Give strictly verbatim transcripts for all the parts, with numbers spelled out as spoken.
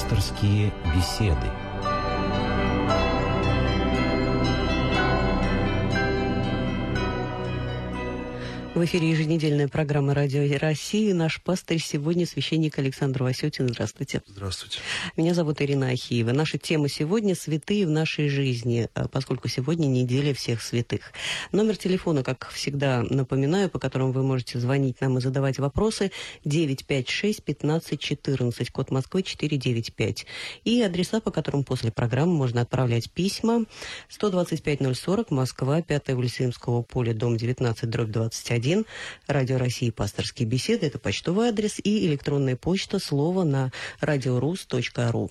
Пасторские беседы. В эфире еженедельная программа «Радио России». Наш пастырь сегодня священник Александр Васютин. Здравствуйте. Здравствуйте. Меня зовут Ирина Ахиева. Наша тема сегодня — святые в нашей жизни, поскольку сегодня неделя всех святых. Номер телефона, как всегда, напоминаю, по которому вы можете звонить нам и задавать вопросы: девять пять шесть пятнадцать четырнадцать, код Москвы четыреста девяносто пять. И адреса, по которым после программы можно отправлять письма: сто двадцать пять ноль сорок, Москва, пятая улица Римского поля, дом девятнадцать, дробь двадцать один. Радио России, пасторские беседы — это почтовый адрес, и электронная почта слово на радиорус точка ру.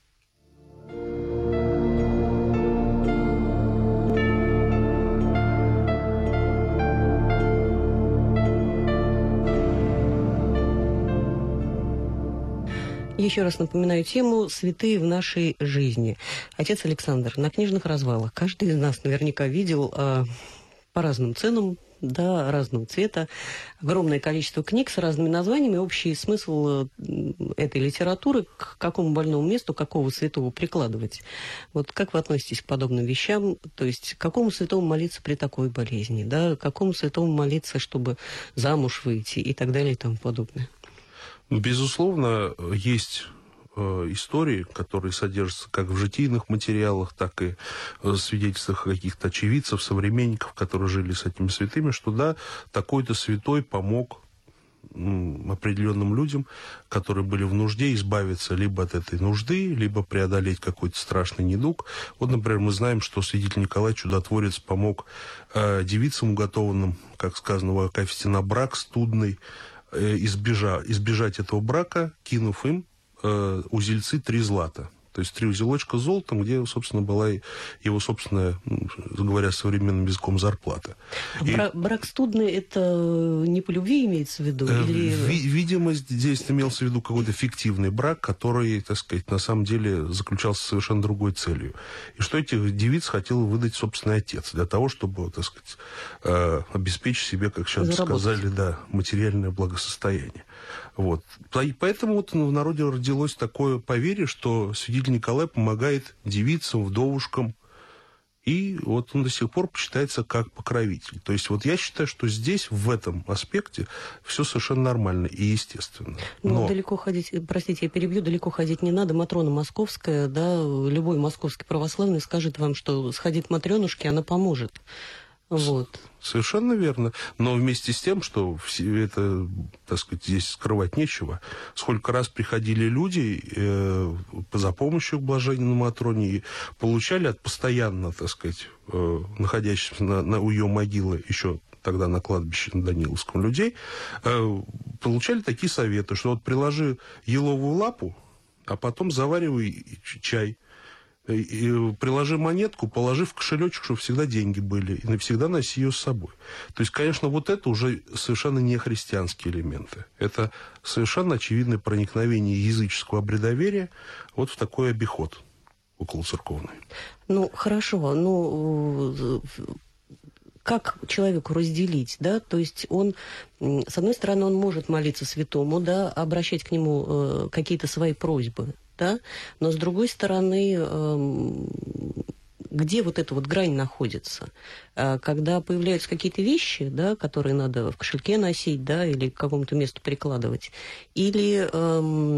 Еще раз напоминаю тему «Святые в нашей жизни». Отец Александр, на книжных развалах каждый из нас наверняка видел э, по разным ценам, да, разного цвета, огромное количество книг с разными названиями. Общий смысл этой литературы: к какому больному месту какого святого прикладывать. Вот как вы относитесь к подобным вещам? То есть к какому святому молиться при такой болезни, да, к какому святому молиться, чтобы замуж выйти, и так далее и тому подобное? Безусловно, есть истории, которые содержатся как в житийных материалах, так и в свидетельствах каких-то очевидцев, современников, которые жили с этими святыми, что да, такой-то святой помог м, определенным людям, которые были в нужде, избавиться либо от этой нужды, либо преодолеть какой-то страшный недуг. Вот, например, мы знаем, что святитель Николай Чудотворец помог э, девицам, уготованным, как сказано в Акафисте, на брак студный, э, избежа, избежать этого брака, кинув им узельцы три злата. То есть три узелочка золотом, где, собственно, была его собственная, говоря современным языком, зарплата. Бра- и... Брак студный — это не по любви имеется в виду? Э, или... ви- видимо, здесь имелся в виду какой-то фиктивный брак, который, так сказать, на самом деле заключался с совершенно другой целью. И что этих девиц хотел выдать собственный отец, для того, чтобы, так сказать, э, обеспечить себе, как сейчас сказали, да, материальное благосостояние. Вот. Поэтому вот в народе родилось такое поверье, что святитель Николай помогает девицам, вдовушкам, и вот он до сих пор почитается как покровитель. То есть вот я считаю, что здесь, в этом аспекте, все совершенно нормально и естественно. Но, Но далеко ходить, простите, я перебью, далеко ходить не надо. Матрона Московская, да, любой московский православный скажет вам, что сходить к Матрёнушке, она поможет. Вот. Совершенно верно. Но вместе с тем, что все это, так сказать, здесь скрывать нечего, сколько раз приходили люди э, за помощью к блаженному Матроне и получали от постоянно, так сказать, э, находящихся на, на, у ее могилы еще тогда на кладбище на Даниловском людей, э, получали такие советы, что вот приложи еловую лапу, а потом заваривай чай. И приложи монетку, положи в кошелечек, чтобы всегда деньги были, и навсегда носи ее с собой. То есть, конечно, вот это уже совершенно не христианские элементы. Это совершенно очевидное проникновение языческого обрядоверия вот в такой обиход околоцерковный. Ну, хорошо, ну... Как человеку разделить, да, то есть он, с одной стороны, он может молиться святому, да, обращать к нему э, какие-то свои просьбы, да, но с другой стороны, э, где вот эта вот грань находится? Э, когда появляются какие-то вещи, да, которые надо в кошельке носить, да, или к какому-то месту прикладывать, или э,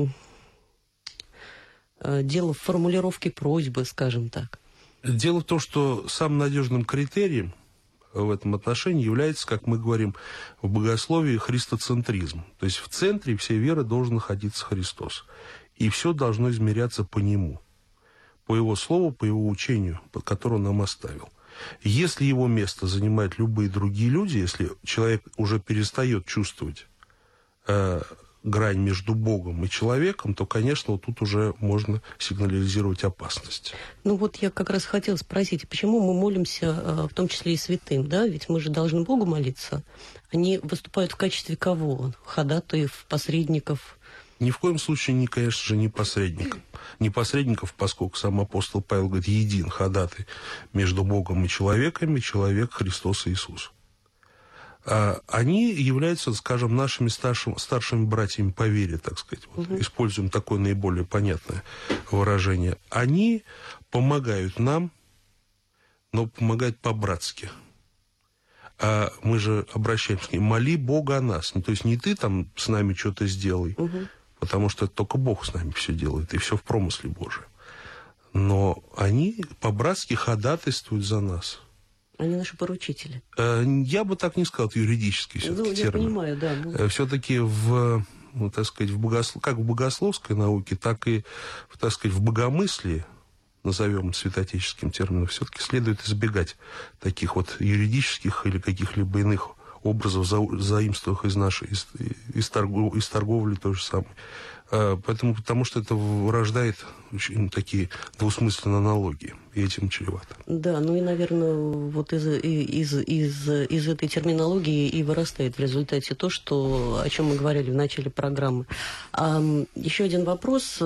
э, дело в формулировке просьбы, скажем так. Дело в том, что самым надежным критерием в этом отношении является, как мы говорим в богословии, христоцентризм. То есть в центре всей веры должен находиться Христос. И все должно измеряться по Нему, по Его Слову, по Его учению, которое Он нам оставил. Если его место занимают любые другие люди, если человек уже перестает чувствовать э, грань между Богом и человеком, то, конечно, вот тут уже можно сигнализировать опасность. Ну вот я как раз хотела спросить, почему мы молимся, в том числе и святым, да? Ведь мы же должны Богу молиться. Они выступают в качестве кого? Ходатаев, посредников? Ни в коем случае, не, конечно же, не посредников. Не посредников, поскольку сам апостол Павел говорит, един ходатай между Богом и человеками, человек Христос Иисус. они являются, скажем, нашими старшим, старшими братьями по вере, так сказать. Вот, угу. Используем такое наиболее понятное выражение. Они помогают нам, но помогают по-братски. А мы же обращаемся к ним: моли Бога о нас. То есть не ты там с нами что-то сделай, угу. потому что только Бог с нами все делает, и все в промысле Божьем. Но они по-братски ходатайствуют за нас. Они наши поручители. Я бы так не сказал, это юридический все-таки ну, термин. Я понимаю, да. Ну... Все-таки в, ну, так сказать, в богослов... как в богословской науке, так и, так сказать, в богомыслии, назовем святоотеческим термином, все-таки следует избегать таких вот юридических или каких-либо иных образов, заимствованных из нашей, из, из, торгов, из торговли то же самое. Поэтому, потому что это вырождает очень такие двусмысленные аналогии, и этим чревато. Да, ну и, наверное, вот из, из, из, из этой терминологии и вырастает в результате то, что, о чем мы говорили в начале программы. А, еще один вопрос.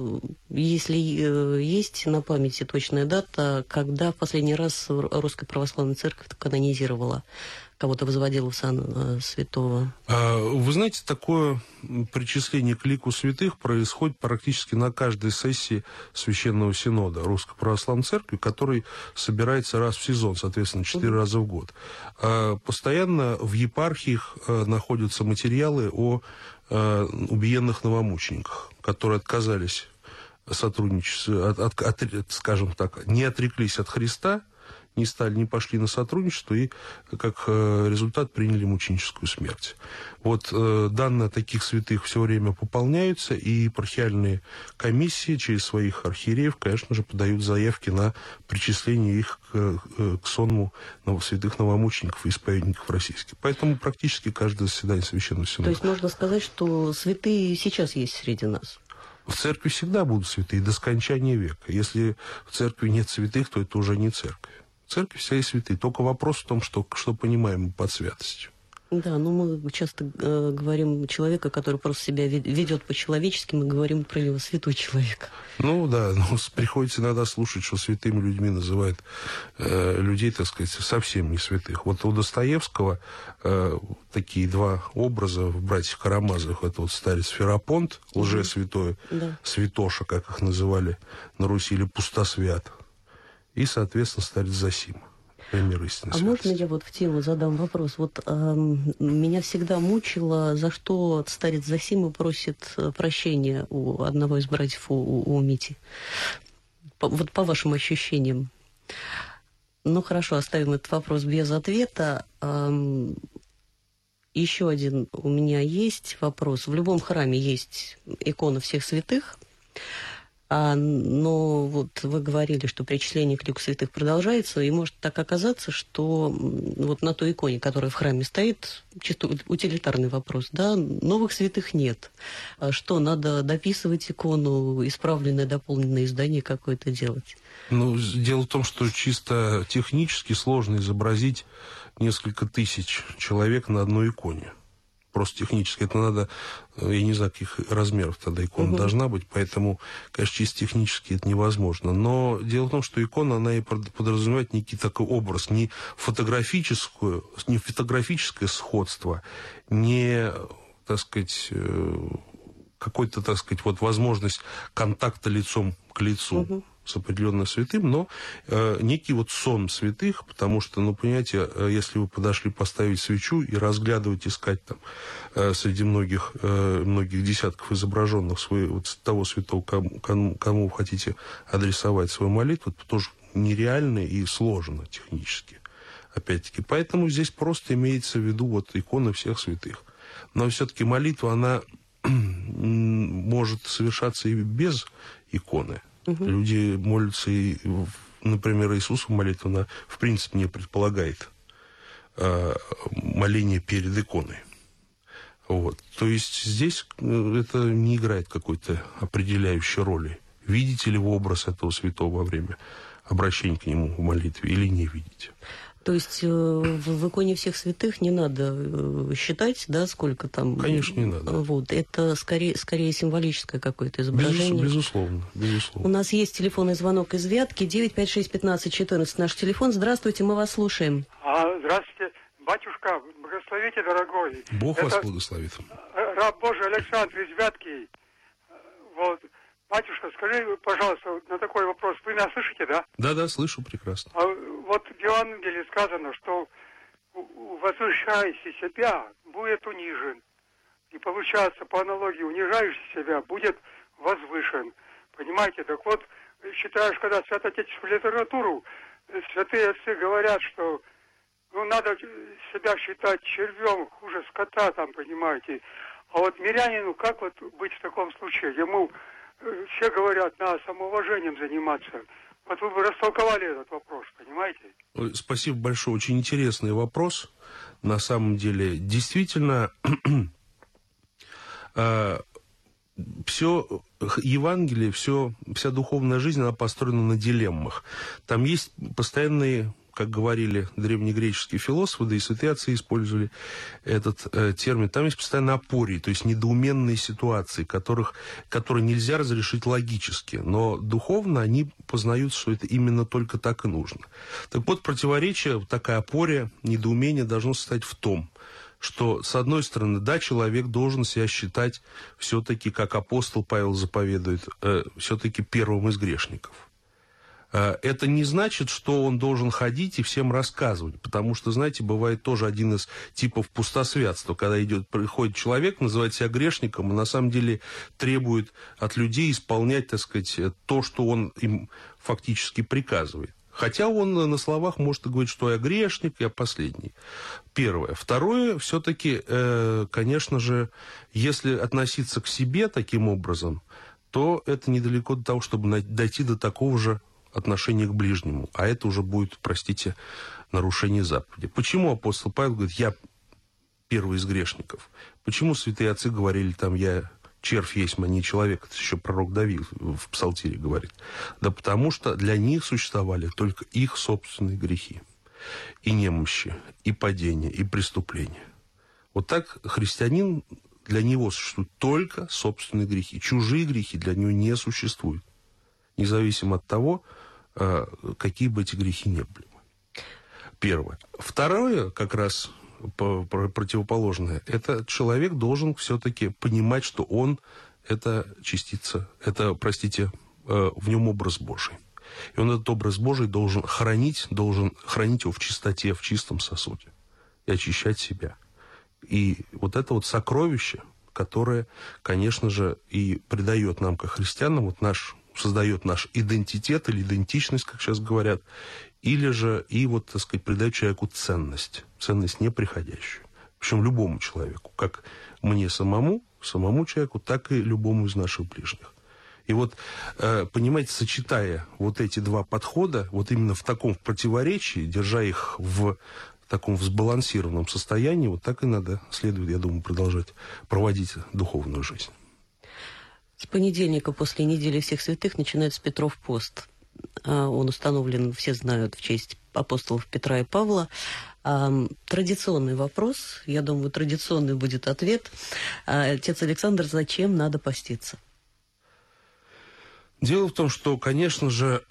Если есть на памяти точная дата, когда в последний раз Русская Православная Церковь канонизировала, кого-то возводила в сан святого? Вы знаете, такое причисление к лику святых происходит практически на каждой сессии Священного Синода Русской Православной Церкви, который собирается раз в сезон, соответственно, четыре mm-hmm. раза в год. Постоянно в епархиях находятся материалы о убиенных новомучениках, которые отказались сотрудничать, от, от, от, скажем так, не отреклись от Христа, не стали, не пошли на сотрудничество и, как результат, приняли мученическую смерть. Вот э, данные таких святых все время пополняются, и епархиальные комиссии через своих архиереев, конечно же, подают заявки на причисление их к, к сонму святых новомучеников и исповедников российских. Поэтому практически каждое заседание Священного Синода. То есть можно сказать, что святые сейчас есть среди нас? В церкви всегда будут святые, до скончания века. Если в церкви нет святых, то это уже не церковь. Церковь вся и святые. Только вопрос в том, что, что понимаем под святостью. Да, ну мы часто э, говорим человека, который просто себя ведет по-человечески, мы говорим про него святой человек. Ну да, но приходится иногда слушать, что святыми людьми называют э, людей, так сказать, совсем не святых. Вот у Достоевского э, такие два образа в «Братьях Карамазовых». Это вот старец Ферапонт, лжесвятой, да. Святоша, как их называли на Руси, или пустосвят. И, соответственно, старец Зосима. Пример истинной а святости. Можно я вот в тему задам вопрос? Вот э, меня всегда мучило, за что старец Зосима просит прощения у одного из братьев, у, у, у Мити. По, вот по вашим ощущениям. Ну, хорошо, оставим этот вопрос без ответа. Э, еще один у меня есть вопрос. В любом храме есть икона всех святых. А, но вот вы говорили, что причисление к лику святых продолжается, и может так оказаться, что вот на той иконе, которая в храме стоит, чисто утилитарный вопрос, да, новых святых нет. А что, надо дописывать икону, исправленное, дополненное издание какое-то делать? Ну, дело в том, что чисто технически сложно изобразить несколько тысяч человек на одной иконе. Просто технически. Это надо, я не знаю, каких размеров тогда икона угу. должна быть, поэтому, конечно, чисто технически это невозможно. Но дело в том, что икона, она и подразумевает некий такой образ, не фотографическую, не фотографическое сходство, не, так сказать, какой-то, так сказать, вот возможность контакта лицом к лицу. Угу. С определенным святым, но э, некий вот сон святых, потому что, ну, понимаете, э, если вы подошли поставить свечу и разглядывать, искать там э, среди многих, э, многих десятков изображенных свой, вот, того святого, кому, кому, кому вы хотите адресовать свою молитву, это тоже нереально и сложно технически, опять-таки. Поэтому здесь просто имеется в виду вот икона всех святых. Но все-таки молитва, она может совершаться и без иконы. Угу. Люди молятся, и, например, Иисусу молитва, она в принципе не предполагает а, моление перед иконой. Вот. То есть здесь это не играет какой-то определяющей роли. Видите ли вы образ этого святого во время обращения к нему в молитве или не видите? То есть э, в, в иконе всех святых не надо э, считать, да, сколько там... Конечно, не надо. Вот. Это скорее, скорее символическое какое-то изображение. Безусловно, безусловно. У нас есть телефонный звонок из Вятки. девять пять шесть пятнадцать четырнадцать наш телефон. Здравствуйте, мы вас слушаем. А, здравствуйте. Батюшка, благословите, дорогой. Бог Это вас благословит. раб Божий Александр из Вятки. Вот. Батюшка, скажи, пожалуйста, на такой вопрос. Вы меня слышите, да? Да-да, слышу прекрасно. А вот в Евангелии сказано, что возвышающий себя будет унижен. И получается, по аналогии, унижающий себя будет возвышен. Понимаете? Так вот, считаешь, когда святоотеческую литературу, святые отцы говорят, что ну, надо себя считать червем, хуже скота, там, понимаете. А вот мирянину, как вот быть в таком случае? Ему все говорят, надо самоуважением заниматься. Вот вы бы растолковали этот вопрос, понимаете? Спасибо большое. Очень интересный вопрос. На самом деле, действительно, все Евангелие, все, вся духовная жизнь, она построена на дилеммах. Там есть постоянные, как говорили древнегреческие философы, да и святые отцы использовали этот э, термин, там есть постоянно апории, то есть недоуменные ситуации, которых, которые нельзя разрешить логически, но духовно они познают, что это именно только так и нужно. Так вот, противоречие, такая апория, недоумение должно состоять в том, что, с одной стороны, да, человек должен себя считать все-таки, как апостол Павел заповедует, э, все-таки первым из грешников. Это не значит, что он должен ходить и всем рассказывать, потому что, знаете, бывает тоже один из типов пустосвятства, когда идет, приходит человек, называет себя грешником, и на самом деле требует от людей исполнять, так сказать, то, что он им фактически приказывает. Хотя он на словах может говорить, что я грешник, я последний. Первое. Второе, все-таки, э, конечно же, если относиться к себе таким образом, то это недалеко до того, чтобы дойти до такого же отношение к ближнему, а это уже будет, простите, нарушение заповеди. Почему апостол Павел говорит, я первый из грешников? Почему святые отцы говорили там, я червь есть, а не человек? Это еще пророк Давид в Псалтире говорит. Да потому что для них существовали только их собственные грехи. И немощи, и падения, и преступления. Вот так христианин, для него существуют только собственные грехи. Чужие грехи для него не существуют. Независимо от того, какие бы эти грехи ни были. Первое. Второе, как раз противоположное, это человек должен все-таки понимать, что он это частица, это, простите, в нем образ Божий. И он этот образ Божий должен хранить, должен хранить его в чистоте, в чистом сосуде и очищать себя. И вот это вот сокровище, которое, конечно же, и придает нам, как христианам, вот наш создает наш идентитет или идентичность, как сейчас говорят, или же и вот, так сказать, придает человеку ценность, ценность неприходящую. Причем любому человеку, как мне самому, самому человеку, так и любому из наших ближних. И вот, понимаете, сочетая вот эти два подхода, вот именно в таком противоречии, держа их в таком сбалансированном состоянии, вот так и надо, следует, я думаю, продолжать проводить духовную жизнь. С понедельника после недели всех святых начинается Петров пост. Он установлен, все знают, в честь апостолов Петра и Павла. Традиционный вопрос, я думаю, традиционный будет ответ. Отец Александр, зачем надо поститься? Дело в том, что, конечно же,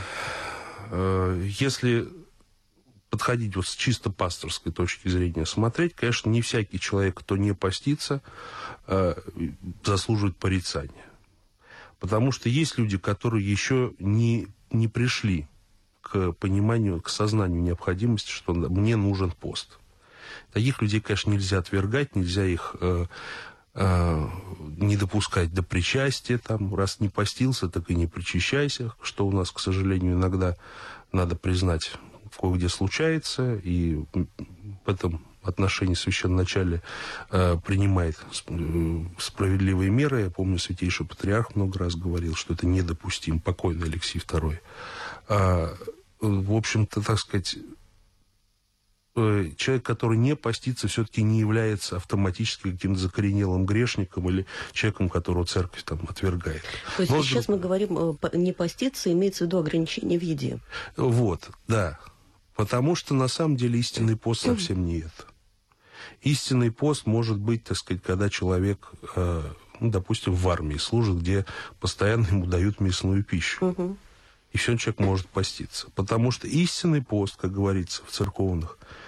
если подходить вот с чисто пасторской точки зрения смотреть, конечно, не всякий человек, кто не постится, заслуживает порицания. Потому что есть люди, которые еще не, не пришли к пониманию, к сознанию необходимости, что мне нужен пост. Таких людей, конечно, нельзя отвергать, нельзя их э, э, не допускать до причастия. Там, раз не постился, так и не причащайся, что у нас, к сожалению, иногда, надо признать, кое-где случается, и в этом отношении священноначале э, принимает справедливые меры. Я помню, святейший патриарх много раз говорил, что это недопустимо, покойный Алексий второй. А, в общем-то, так сказать, э, человек, который не постится, все-таки не является автоматически каким-то закоренелым грешником или человеком, которого церковь там отвергает. То есть Но сейчас мы говорим, не поститься, имеется в виду ограничение в еде. Вот, да. Потому что, на самом деле, истинный пост совсем не это. Истинный пост может быть, так сказать, когда человек, э, ну, допустим, в армии служит, где постоянно ему дают мясную пищу. Угу. И все, человек может поститься. Потому что истинный пост, как говорится в церковных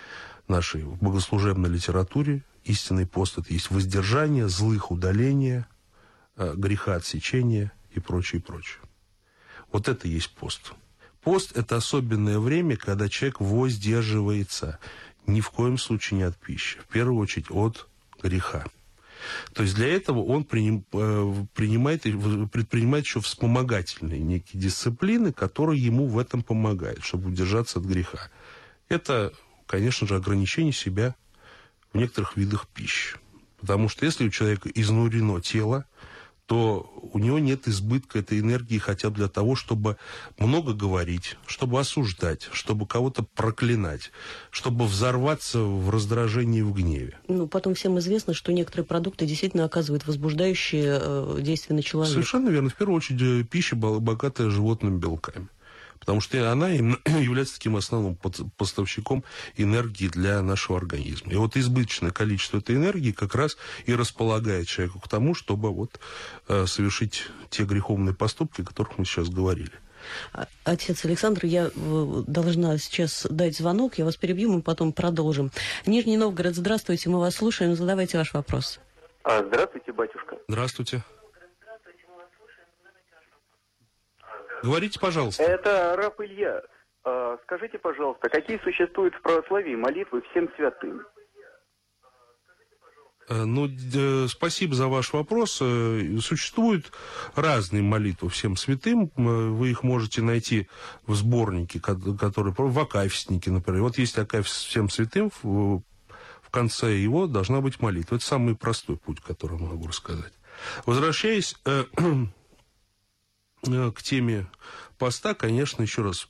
нашей богослужебной литературе. Истинный пост – это есть воздержание, злых удаление, греха отсечения и прочее, прочее. Вот это и есть пост. Пост – это особенное время, когда человек воздерживается ни в коем случае не от пищи, в первую очередь от греха. То есть для этого он приним, принимает, предпринимает еще вспомогательные некие дисциплины, которые ему в этом помогают, чтобы удержаться от греха. Это, конечно же, ограничение себя в некоторых видах пищи. Потому что если у человека изнурено тело, то у него нет избытка этой энергии хотя бы для того, чтобы много говорить, чтобы осуждать, чтобы кого-то проклинать, чтобы взорваться в раздражении и в гневе. Ну, потом всем известно, что некоторые продукты действительно оказывают возбуждающие э, действия на человека. Совершенно верно. В первую очередь пища, богатая животными белками. Потому что она является таким основным поставщиком энергии для нашего организма. И вот избыточное количество этой энергии как раз и располагает человека к тому, чтобы вот, совершить те греховные поступки, о которых мы сейчас говорили. Отец Александр, я должна сейчас дать звонок, я вас перебью, мы потом продолжим. Нижний Новгород, здравствуйте, мы вас слушаем, задавайте ваш вопрос. А, здравствуйте, батюшка. Здравствуйте. Говорите, пожалуйста. Это раб Илья. А, скажите, пожалуйста, какие существуют в православии молитвы всем святым? Ну, спасибо за ваш вопрос. Существуют разные молитвы всем святым. Вы их можете найти в сборнике, который в акафистнике, например. Вот есть акафист всем святым, в конце его должна быть молитва. Это самый простой путь, который я могу рассказать. Возвращаясь к теме поста, конечно, еще раз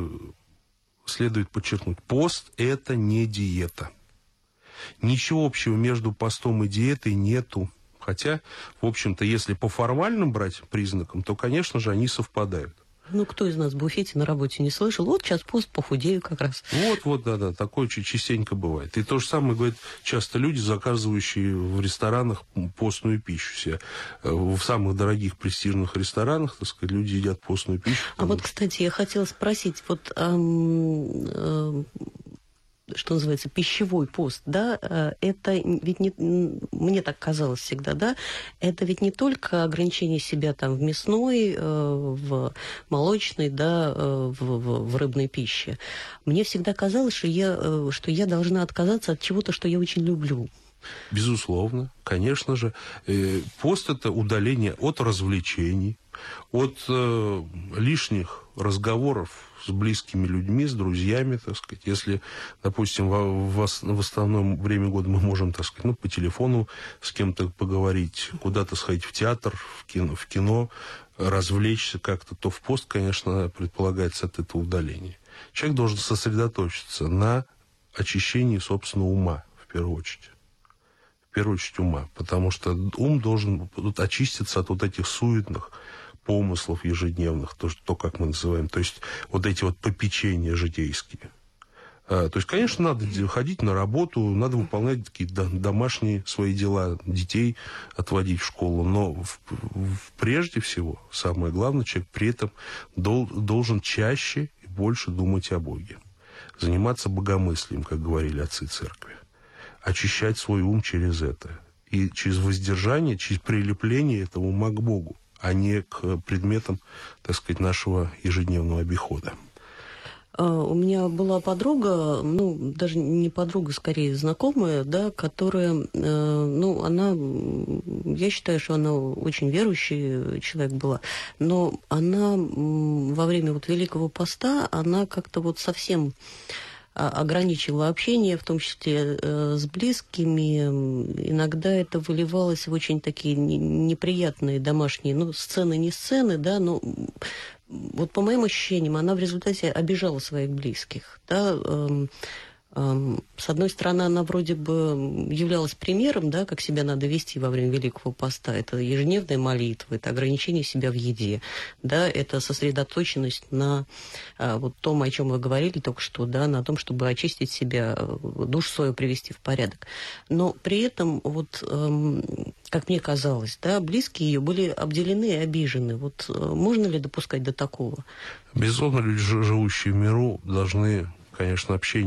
следует подчеркнуть, пост – это не диета. Ничего общего между постом и диетой нету. Хотя, в общем-то, если по формальным брать признакам, то, конечно же, они совпадают. Ну, кто из нас в буфете на работе не слышал? Вот сейчас пост, похудею как раз. Вот, вот, да-да, такое частенько бывает. И то же самое говорят часто люди, заказывающие в ресторанах постную пищу себе. В самых дорогих престижных ресторанах, так сказать, люди едят постную пищу. А вот, кстати, я хотела спросить, вот... Эм, эм, что называется, пищевой пост, да, это ведь не, мне так казалось всегда, да, это ведь не только ограничение себя там в мясной, в молочной, да, в, в, в рыбной пище. Мне всегда казалось, что я, что я должна отказаться от чего-то, что я очень люблю. Безусловно, конечно же. Пост – это удаление от развлечений, от э, лишних разговоров с близкими людьми, с друзьями, так сказать. Если, допустим, в, в, в основное время года мы можем, так сказать, ну, по телефону с кем-то поговорить, куда-то сходить в театр, в кино, в кино, развлечься как-то, то в пост, конечно, предполагается от этого удаления. Человек должен сосредоточиться на очищении собственного ума, в первую очередь. В первую очередь ума, потому что ум должен очиститься от вот этих суетных помыслов ежедневных, то, то, как мы называем, то есть вот эти вот попечения житейские. А, то есть, конечно, надо ходить на работу, надо выполнять такие домашние свои дела, детей отводить в школу, но в, в, прежде всего, самое главное, человек при этом дол, должен чаще и больше думать о Боге, заниматься богомыслием, как говорили отцы церкви, очищать свой ум через это, и через воздержание, через прилепление этого ума к Богу, а не к предметам, так сказать, нашего ежедневного обихода. У меня была подруга, ну, даже не подруга, скорее знакомая, да, которая, ну, она, я считаю, что она очень верующий человек была, но она во время вот Великого Поста, она как-то вот совсем ограничила общение, в том числе э, с близкими. Иногда это выливалось в очень такие неприятные домашние, ну, сцены, не сцены, да, но вот по моим ощущениям она в результате обижала своих близких, да. Э, э, с одной стороны, она вроде бы являлась примером, да, как себя надо вести во время Великого Поста. Это ежедневная молитва, это ограничение себя в еде, да, это сосредоточенность на а, вот том, о чем вы говорили только что, да, на том, чтобы очистить себя, душу свою привести в порядок. Но при этом, вот, эм, как мне казалось, да, близкие ее были обделены и обижены. Вот э, можно ли допускать до такого? Безусловно, люди, живущие в миру, должны, конечно, общение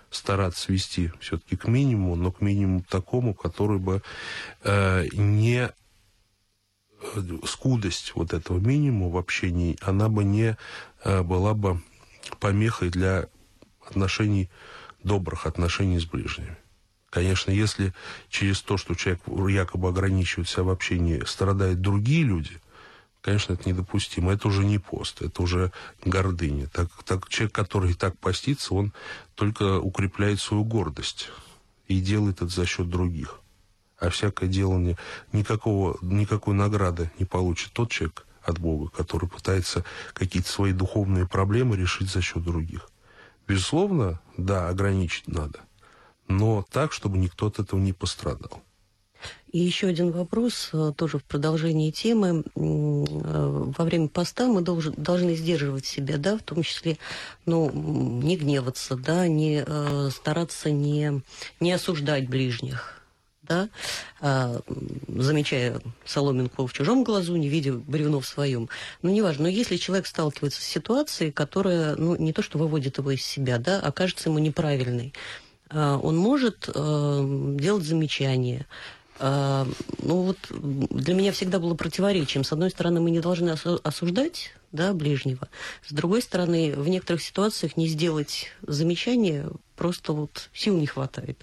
стараться свести все-таки к минимуму, но к минимуму такому, который бы э, не... скудость вот этого минимума в общении, она бы не э, была бы помехой для отношений, добрых отношений с ближними. Конечно, если через то, что человек якобы ограничивает себя в общении, страдают другие люди, конечно, это недопустимо. Это уже не пост, это уже гордыня. Так, так, человек, который так постится, он только укрепляет свою гордость и делает это за счет других. А всякое делание, никакого, никакой награды не получит тот человек от Бога, который пытается какие-то свои духовные проблемы решить за счет других. Безусловно, да, ограничить надо, но так, чтобы никто от этого не пострадал. И еще один вопрос, тоже в продолжении темы. Во время поста мы должен, должны сдерживать себя, да, в том числе, ну, не гневаться, да, не стараться не, не осуждать ближних. Да, а, замечая соломинку в чужом глазу, не видя бревно в своем. Ну, неважно, но если человек сталкивается с ситуацией, которая, ну, не то что выводит его из себя, да, а кажется ему неправильной, а, он может а, делать замечания. А, ну, вот для меня всегда было противоречием. С одной стороны, мы не должны осуждать, да, ближнего. С другой стороны, в некоторых ситуациях не сделать замечания просто вот сил не хватает.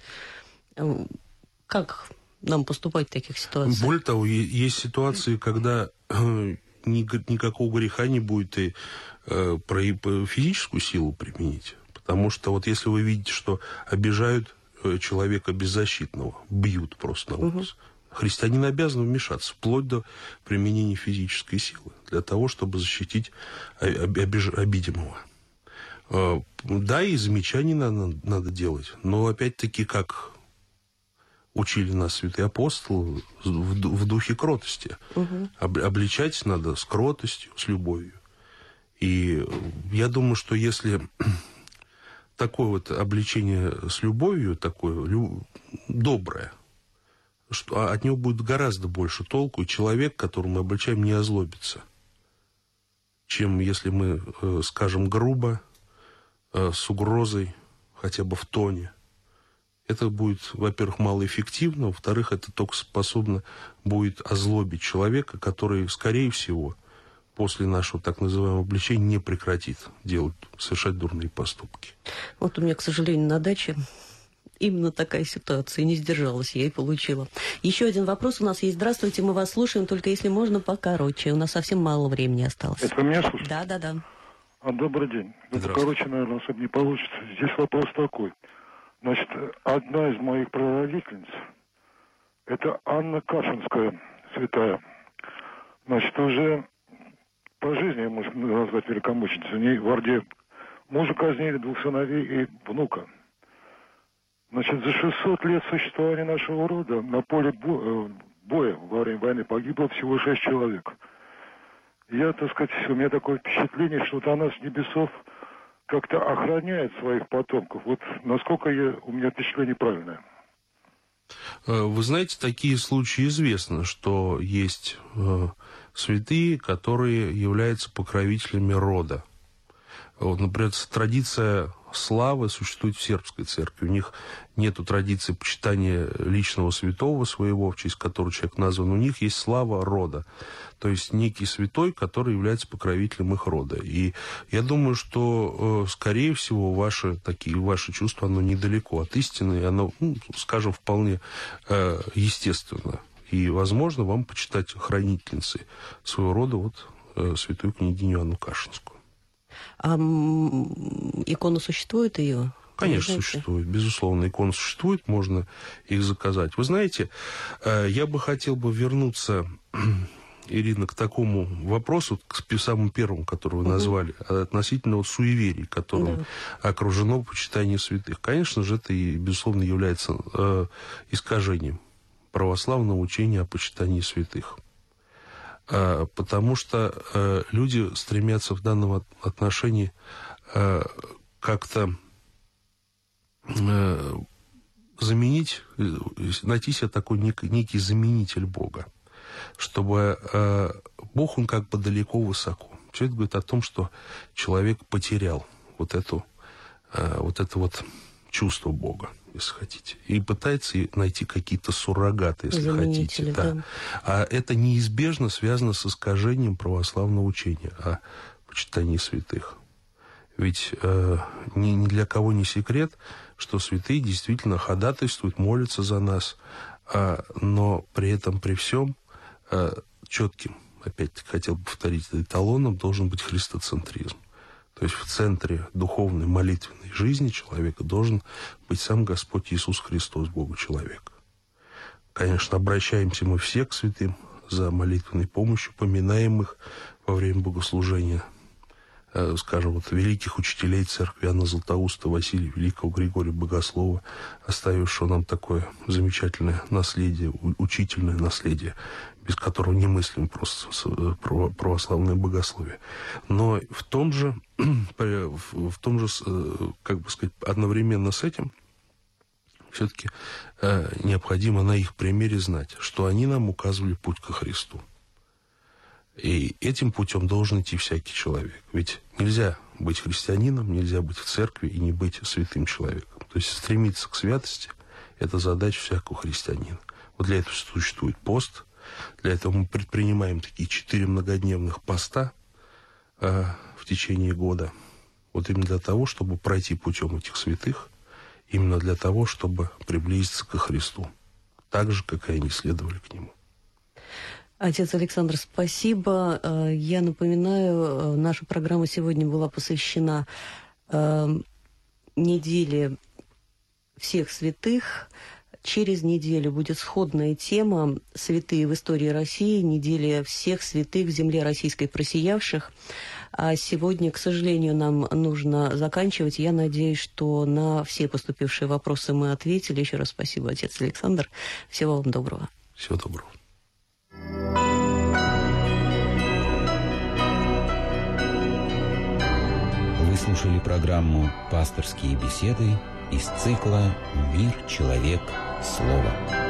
Как нам поступать в таких ситуациях? Более того, есть ситуации, когда э, никакого греха не будет и э, про физическую силу применить. Потому что вот если вы видите, что обижают человека беззащитного, бьют просто на улице, угу. Христианин обязан вмешаться, вплоть до применения физической силы, для того, чтобы защитить обиж... обидимого. Э, да, и замечания надо, надо делать, но опять-таки как... учили нас святые апостолы в духе кротости. Угу. Обличать надо с кротостью, с любовью. И я думаю, что если такое вот обличение с любовью, такое лю... доброе, что от него будет гораздо больше толку, и человек, которого мы обличаем, не озлобится, чем если мы э, скажем грубо, э, с угрозой, хотя бы в тоне. Это будет, во-первых, малоэффективно, во-вторых, это только способно будет озлобить человека, который, скорее всего, после нашего так называемого обличения не прекратит делать, совершать дурные поступки. Вот у меня, к сожалению, на даче именно такая ситуация. Не сдержалась я и получила. Еще один вопрос у нас есть. Здравствуйте, мы вас слушаем, только если можно покороче. У нас совсем мало времени осталось. Это вы меня слушаете? Да, да, да. А, добрый день. Ну, покороче, наверное, особо не получится. Здесь вопрос такой. Значит, одна из моих прародительниц, это Анна Кашинская, святая. Значит, уже по жизни, можно назвать великомученицей, у ней в Орде мужа казнили, двух сыновей и внука. Значит, за шестьсот лет существования нашего рода на поле боя во время войны погибло всего шесть человек. Я, так сказать, у меня такое впечатление, что вот она с небесов как-то охраняет своих потомков. Вот насколько я, у меня впечатление правильное. Вы знаете, такие случаи известны, что есть э, святые, которые являются покровителями рода. Вот, например, традиция славы существует в сербской церкви. У них нет традиции почитания личного святого своего, в честь которого человек назван. У них есть слава рода. То есть некий святой, который является покровителем их рода. И я думаю, что, э, скорее всего, ваши, такие, ваши чувства, оно недалеко от истины, и оно, ну, скажем, вполне э, естественно. И, возможно, вам почитать хранительницей своего рода вот, э, святую княгиню Анну Кашинскую. А икона существует ее? Конечно, существует. Безусловно, икон существует, можно их заказать. Вы знаете, я бы хотел бы вернуться, Ирина, к такому вопросу, к самому первому, который вы назвали, uh-huh. относительно вот суеверий, которым uh-huh. окружено почитание святых. Конечно же, это, и, безусловно, является э, искажением православного учения о почитании святых. Э, потому что э, люди стремятся в данном отношении э, как-то э, заменить, найти себе такой некий, некий заменитель Бога. Чтобы э, Бог, он как бы далеко, высоко. Все это говорит о том, что человек потерял вот эту, э, вот это вот чувство Бога, если хотите, и пытается найти какие-то суррогаты, если хотите. Да. Да. А это неизбежно связано с искажением православного учения о почитании святых. Ведь э, ни, ни для кого не секрет, что святые действительно ходатайствуют, молятся за нас, э, но при этом, при всем, э, четким, опять-таки хотел бы повторить, эталоном должен быть христоцентризм. То есть в центре духовной молитвенной жизни человека должен быть сам Господь Иисус Христос, Богу человека. Конечно, обращаемся мы все к святым за молитвенной помощью, поминаем их во время богослужения. Скажем, вот великих учителей церкви Иоанна Златоуста, Василия Великого, Григория Богослова, оставившего нам такое замечательное наследие, учительное наследие, без которого немыслим просто православное богословие. Но в том же, в том же, как бы сказать, одновременно с этим все-таки необходимо на их примере знать, что они нам указывали путь ко Христу. И этим путем должен идти всякий человек. Ведь нельзя быть христианином, нельзя быть в церкви и не быть святым человеком. То есть стремиться к святости – это задача всякого христианина. Вот для этого существует пост. Для этого мы предпринимаем такие четыре многодневных поста э, в течение года. Вот именно для того, чтобы пройти путем этих святых, именно для того, чтобы приблизиться ко Христу. Так же, как и они следовали к Нему. Отец Александр, спасибо. Я напоминаю, наша программа сегодня была посвящена неделе всех святых. Через неделю будет сходная тема «Святые в истории России», неделя всех святых в земле российской просиявших. А сегодня, к сожалению, нам нужно заканчивать. Я надеюсь, что на все поступившие вопросы мы ответили. Еще раз спасибо, отец Александр. Всего вам доброго. Всего доброго. Вы слушали программу «Пасторские беседы» из цикла «Мир, человек, слово».